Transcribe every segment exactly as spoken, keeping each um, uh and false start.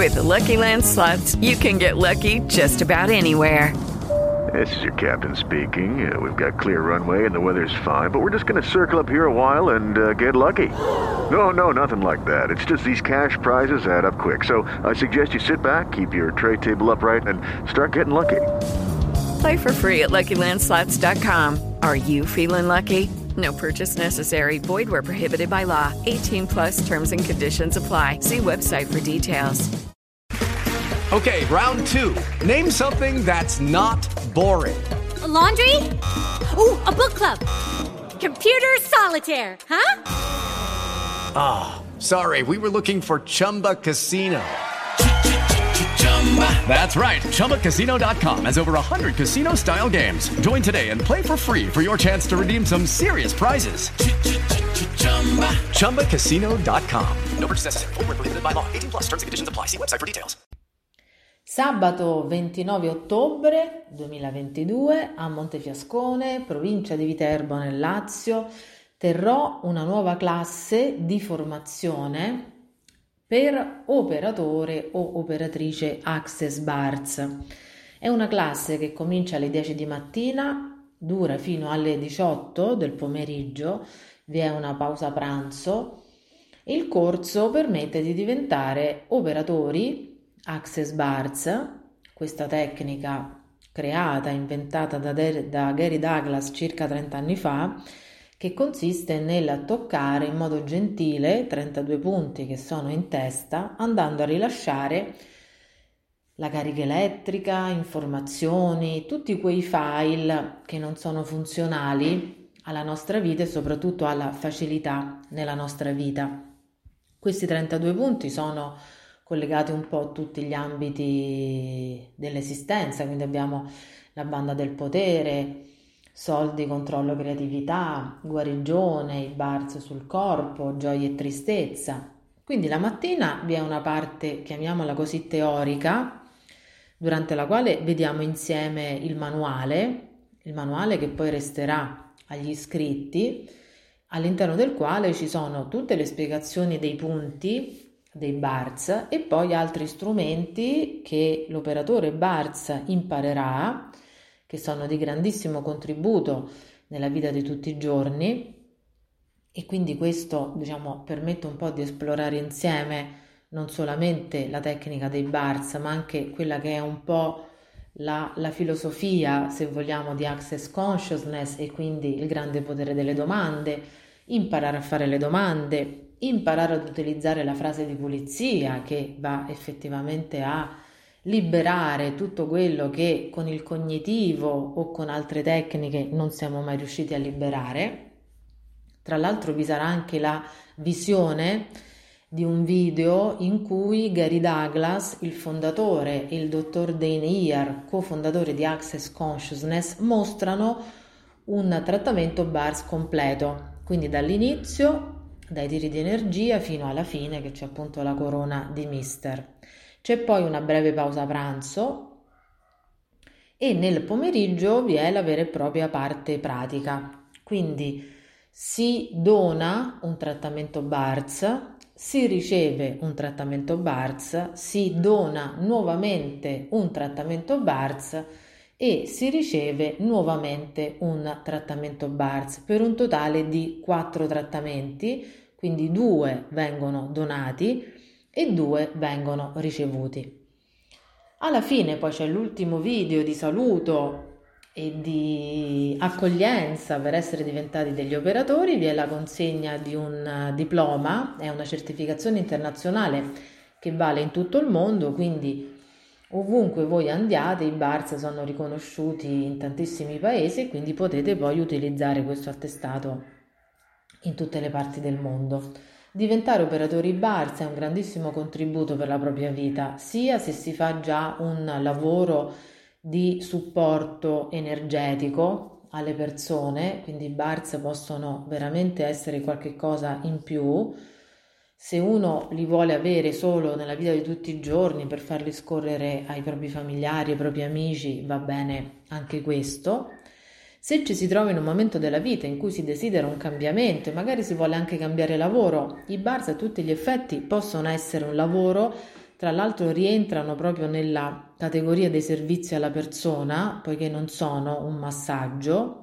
With the Lucky Land Slots, you can get lucky just about anywhere. This is your captain speaking. Uh, we've got clear runway and the weather's fine, but we're just going to circle up here a while and uh, get lucky. No, no, nothing like that. It's just these cash prizes add up quick. So I suggest you sit back, keep your tray table upright, and start getting lucky. Play for free at Lucky Land Slots dot com. Are you feeling lucky? No purchase necessary. Void where prohibited by law. eighteen plus terms and conditions apply. See website for details. Okay, round two. Name something that's not boring. A laundry? Ooh, a book club. Computer solitaire, huh? Ah, oh, sorry. We were looking for Chumba Casino. That's right. Chumba Casino dot com has over one hundred casino-style games. Join today and play for free for your chance to redeem some serious prizes. Chumba Casino dot com. No purchase necessary. Void where prohibited by law. eighteen plus terms and conditions apply. See website for details. Sabato ventinove ottobre duemilaventidue a Montefiascone, provincia di Viterbo nel Lazio, terrò una nuova classe di formazione per operatore o operatrice Access Bars. È una classe che comincia alle dieci di mattina, dura fino alle diciotto del pomeriggio, vi è una pausa pranzo e il corso permette di diventare operatori Access Bars, questa tecnica creata, inventata da, De- da Gary Douglas circa trenta anni fa, che consiste nel toccare in modo gentile trentadue punti che sono in testa, andando a rilasciare la carica elettrica, informazioni, tutti quei file che non sono funzionali alla nostra vita e soprattutto alla facilità nella nostra vita. Questi trentadue punti sono collegati un po' a tutti gli ambiti dell'esistenza, quindi abbiamo la banda del potere, soldi, controllo, creatività, guarigione, i bars sul corpo, gioia e tristezza. Quindi la mattina vi è una parte, chiamiamola così, teorica, durante la quale vediamo insieme il manuale, il manuale che poi resterà agli iscritti, all'interno del quale ci sono tutte le spiegazioni dei punti, dei bars e poi altri strumenti che l'operatore bars imparerà, che sono di grandissimo contributo nella vita di tutti i giorni, e quindi questo, diciamo, permette un po' di esplorare insieme non solamente la tecnica dei bars, ma anche quella che è un po' la, la filosofia, se vogliamo, di Access Consciousness e quindi il grande potere delle domande, imparare a fare le domande, imparare ad utilizzare la frase di pulizia che va effettivamente a liberare tutto quello che con il cognitivo o con altre tecniche non siamo mai riusciti a liberare. Tra l'altro vi sarà anche la visione di un video in cui Gary Douglas, il fondatore, e il dottor Dane Ear, cofondatore di Access Consciousness, mostrano un trattamento bars completo, quindi dall'inizio, dai tiri di energia fino alla fine, che c'è appunto la corona di Mister. C'è poi una breve pausa pranzo e nel pomeriggio vi è la vera e propria parte pratica, quindi si dona un trattamento bars, si riceve un trattamento bars, si dona nuovamente un trattamento bars e si riceve nuovamente un trattamento bars per un totale di quattro trattamenti, quindi due vengono donati e due vengono ricevuti. Alla fine poi c'è l'ultimo video di saluto e di accoglienza per essere diventati degli operatori, vi è la consegna di un diploma, è una certificazione internazionale che vale in tutto il mondo, quindi ovunque voi andiate i bars sono riconosciuti in tantissimi paesi e quindi potete poi utilizzare questo attestato in tutte le parti del mondo. Diventare operatori bars è un grandissimo contributo per la propria vita, sia se si fa già un lavoro di supporto energetico alle persone, quindi i bars possono veramente essere qualche cosa in più. Se uno li vuole avere solo nella vita di tutti i giorni per farli scorrere ai propri familiari, ai propri amici, va bene anche questo. Se ci si trova in un momento della vita in cui si desidera un cambiamento e magari si vuole anche cambiare lavoro, i bars a tutti gli effetti possono essere un lavoro tra l'altro rientrano proprio nella categoria dei servizi alla persona, poiché non sono un massaggio,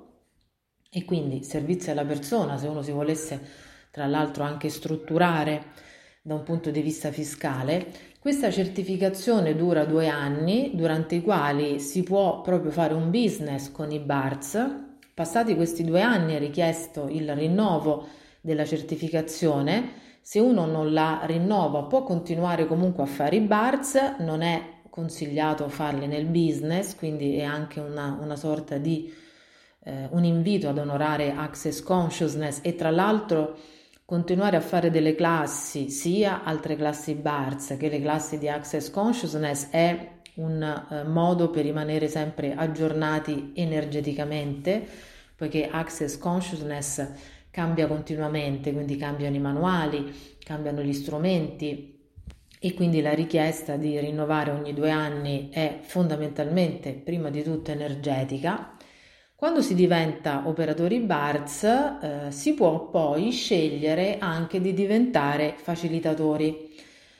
e quindi servizi alla persona, se uno si volesse tra l'altro anche strutturare da un punto di vista fiscale. Questa certificazione dura due anni, durante i quali si può proprio fare un business con i B A R S. Passati questi due anni è richiesto il rinnovo della certificazione. Se uno non la rinnova può continuare comunque a fare i B A R S, non è consigliato farli nel business, quindi è anche una, una sorta di eh, un invito ad onorare Access Consciousness e tra l'altro continuare a fare delle classi, sia altre classi B A R S che le classi di Access Consciousness, è un eh, modo per rimanere sempre aggiornati energeticamente, poiché Access Consciousness cambia continuamente, quindi cambiano i manuali, cambiano gli strumenti e quindi la richiesta di rinnovare ogni due anni è fondamentalmente prima di tutto energetica. Quando si diventa operatori B A R S eh, si può poi scegliere anche di diventare facilitatori.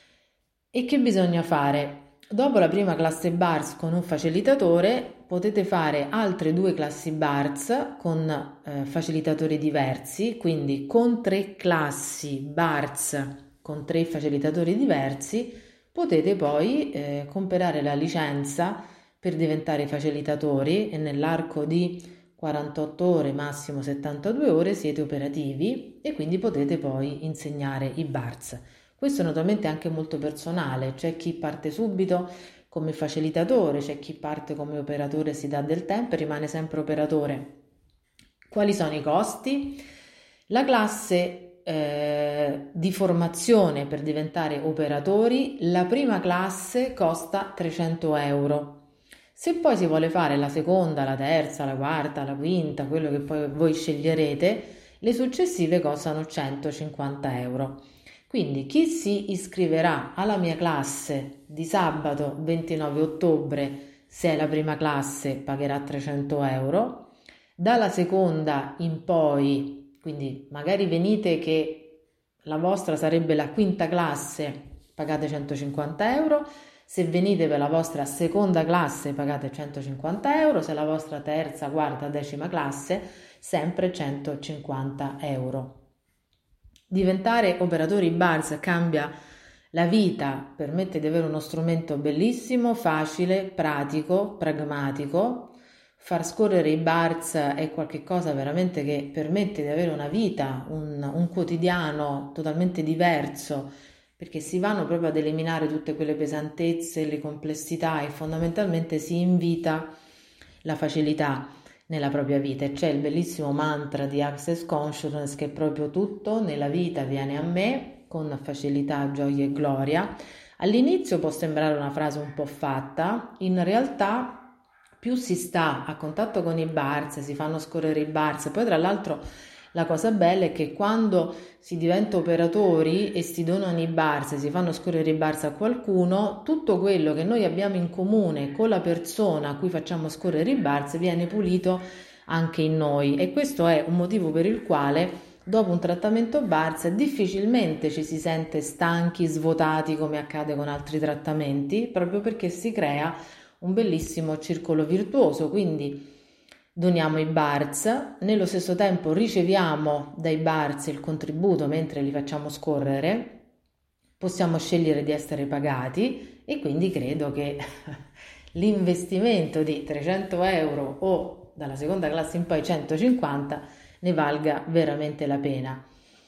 E che bisogna fare? Dopo la prima classe B A R S con un facilitatore potete fare altre due classi B A R S con eh, facilitatori diversi, quindi con tre classi B A R S con tre facilitatori diversi potete poi eh, comprare la licenza per diventare facilitatori e nell'arco di quarantotto ore, massimo settantadue ore, siete operativi e quindi potete poi insegnare i B A R S. Questo naturalmente è anche molto personale, c'è chi parte subito come facilitatore, c'è chi parte come operatore, si dà del tempo e rimane sempre operatore. Quali sono i costi? La classe eh, di formazione per diventare operatori, la prima classe costa trecento euro. Se poi si vuole fare la seconda, la terza, la quarta, la quinta, quello che poi voi sceglierete, le successive costano centocinquanta euro. Quindi chi si iscriverà alla mia classe di sabato ventinove ottobre, se è la prima classe, pagherà trecento euro. Dalla seconda in poi, quindi magari venite che la vostra sarebbe la quinta classe, pagate centocinquanta euro. Se venite per la vostra seconda classe pagate centocinquanta euro, se la vostra terza, quarta, decima classe sempre centocinquanta euro. Diventare operatori B A R S cambia la vita, permette di avere uno strumento bellissimo, facile, pratico, pragmatico. Far scorrere i B A R S è qualcosa veramente che permette di avere una vita, un, un quotidiano totalmente diverso, perché si vanno proprio ad eliminare tutte quelle pesantezze, le complessità e fondamentalmente si invita la facilità nella propria vita. E c'è il bellissimo mantra di Access Consciousness che è proprio tutto nella vita viene a me con facilità, gioia e gloria. All'inizio può sembrare una frase un po' fatta, in realtà più si sta a contatto con i B A R S, si fanno scorrere i B A R S, poi tra l'altro la cosa bella è che quando si diventa operatori e si donano i B A R S, si fanno scorrere i B A R S a qualcuno, tutto quello che noi abbiamo in comune con la persona a cui facciamo scorrere i B A R S viene pulito anche in noi, e questo è un motivo per il quale dopo un trattamento B A R S difficilmente ci si sente stanchi, svuotati come accade con altri trattamenti, proprio perché si crea un bellissimo circolo virtuoso. Quindi doniamo i B A R S, nello stesso tempo riceviamo dai B A R S il contributo mentre li facciamo scorrere, possiamo scegliere di essere pagati e quindi credo che l'investimento di trecento euro o dalla seconda classe in poi centocinquanta ne valga veramente la pena.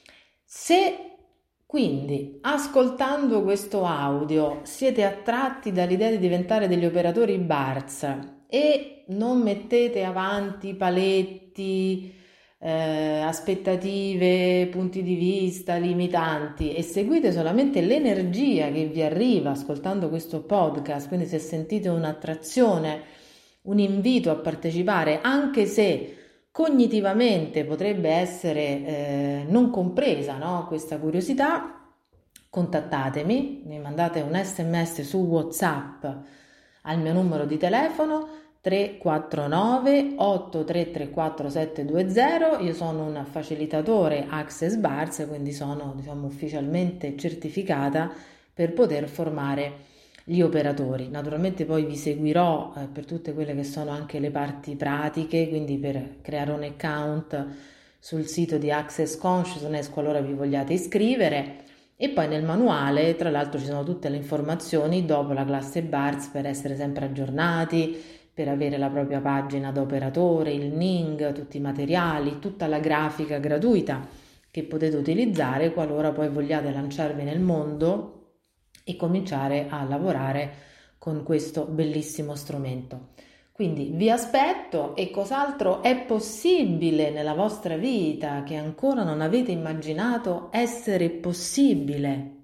Se quindi ascoltando questo audio siete attratti dall'idea di diventare degli operatori B A R S e non mettete avanti paletti, eh, aspettative, punti di vista limitanti e seguite solamente l'energia che vi arriva ascoltando questo podcast, quindi se sentite un'attrazione, un invito a partecipare, anche se cognitivamente potrebbe essere eh, non compresa, no? Questa curiosità, contattatemi, mi mandate un sms su WhatsApp al mio numero di telefono tre quattro nove otto tre tre quattro sette due zero. Io sono un facilitatore Access B A R S, quindi sono, diciamo, ufficialmente certificata per poter formare gli operatori. Naturalmente poi vi seguirò eh, per tutte quelle che sono anche le parti pratiche, quindi per creare un account sul sito di Access Consciousness qualora vi vogliate iscrivere, e poi nel manuale tra l'altro ci sono tutte le informazioni dopo la classe B A R S per essere sempre aggiornati, per avere la propria pagina da operatore, il N I N G, tutti i materiali, tutta la grafica gratuita che potete utilizzare qualora poi vogliate lanciarvi nel mondo e cominciare a lavorare con questo bellissimo strumento. Quindi vi aspetto. E cos'altro è possibile nella vostra vita che ancora non avete immaginato essere possibile?